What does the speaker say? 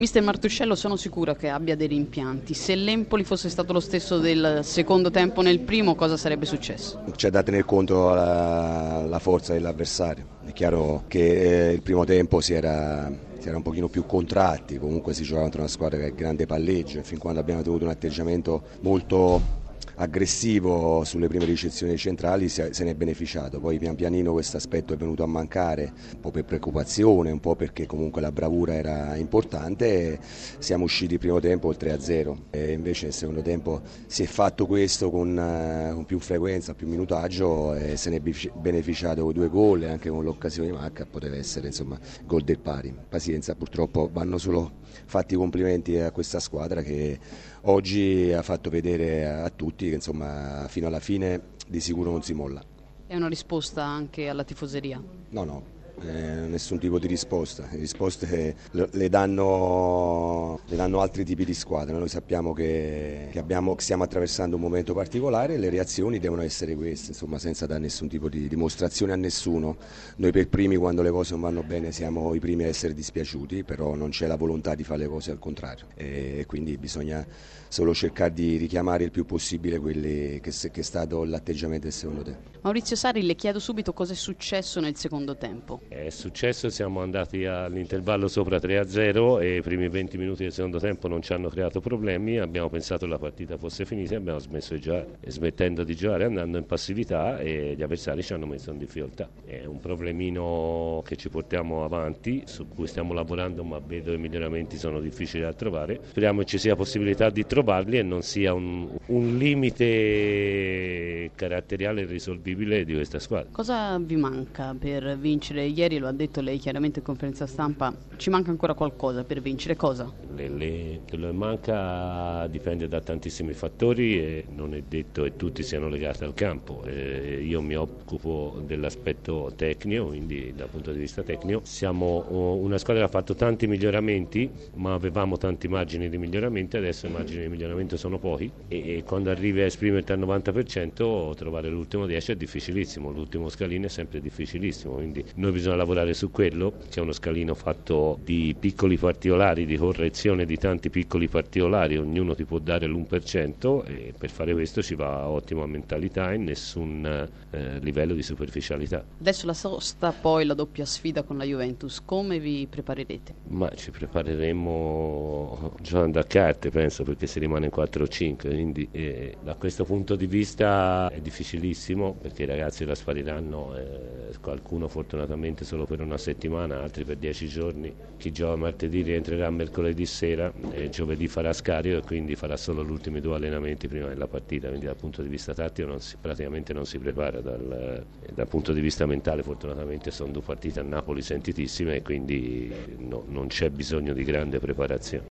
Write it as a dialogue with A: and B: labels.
A: Mister Martuscello, sono sicura che abbia dei rimpianti. Se l'Empoli fosse stato lo stesso del secondo tempo nel primo, cosa sarebbe successo?
B: C'è da tener conto la forza dell'avversario. È chiaro che il primo tempo si era un pochino più contratti, comunque si giocava contro una squadra che ha grande palleggio e fin quando abbiamo tenuto un atteggiamento molto aggressivo sulle prime ricezioni centrali se ne è beneficiato. Poi pian pianino questo aspetto è venuto a mancare, un po' per preoccupazione, un po' perché comunque la bravura era importante e siamo usciti il primo tempo il 3-0 e invece nel secondo tempo si è fatto questo con più frequenza, più minutaggio e se ne è beneficiato con 2 gol e anche con l'occasione di Macca poteva essere insomma gol del pari. Pazienza, purtroppo vanno solo fatti i complimenti a questa squadra che oggi ha fatto vedere a tutti che insomma fino alla fine di sicuro non si molla.
A: È una risposta anche alla tifoseria?
B: No, nessun tipo di risposta. Le risposte le danno altri tipi di squadre. Noi sappiamo che stiamo attraversando un momento particolare e le reazioni devono essere queste, insomma, senza dare nessun tipo di dimostrazione a nessuno. Noi per primi quando le cose non vanno bene siamo i primi a essere dispiaciuti, però non c'è la volontà di fare le cose al contrario e quindi bisogna solo cercare di richiamare il più possibile quelli che è stato l'atteggiamento del secondo tempo.
A: Maurizio Sarri, le chiedo subito cosa è successo nel secondo tempo.
C: È successo, siamo andati all'intervallo sopra 3-0 e i primi 20 minuti del secondo tempo non ci hanno creato problemi, abbiamo pensato che la partita fosse finita e abbiamo smesso di giocare. E smettendo di giocare andando in passività e gli avversari ci hanno messo in difficoltà. È un problemino che ci portiamo avanti, su cui stiamo lavorando, ma vedo che i miglioramenti sono difficili da trovare. Speriamo che ci sia possibilità di trovarli e non sia un limite caratteriale irrisolvibile di questa squadra.
A: Cosa vi manca per vincere? Ieri lo ha detto lei chiaramente in conferenza stampa, ci manca ancora qualcosa per vincere, cosa?
C: Quello che manca dipende da tantissimi fattori e non è detto che tutti siano legati al campo. Io mi occupo dell'aspetto tecnico, quindi dal punto di vista tecnico siamo una squadra che ha fatto tanti miglioramenti, ma avevamo tanti margini di miglioramento, adesso i margini di miglioramento sono pochi e quando arrivi a esprimerti al 90% trovare l'ultimo 10 è difficilissimo, l'ultimo scalino è sempre difficilissimo, quindi noi bisogna lavorare su quello, c'è uno scalino fatto di piccoli particolari, di correzione di tanti piccoli particolari, ognuno ti può dare l'1% e per fare questo ci va ottima mentalità e nessun livello di superficialità.
A: Adesso la sosta, poi la doppia sfida con la Juventus, come vi preparerete?
C: Ma ci prepareremo giocando a carte, penso, perché si rimane in 4 o 5, quindi da questo punto di vista è difficilissimo perché i ragazzi la spariranno, qualcuno fortunatamente solo per una settimana, altri per 10 giorni. Chi gioca martedì rientrerà mercoledì sera e giovedì farà scarico e quindi farà solo gli ultimi 2 allenamenti prima della partita, quindi dal punto di vista tattico praticamente non si prepara, dal punto di vista mentale fortunatamente sono 2 partite a Napoli sentitissime e quindi non c'è bisogno di grande preparazione.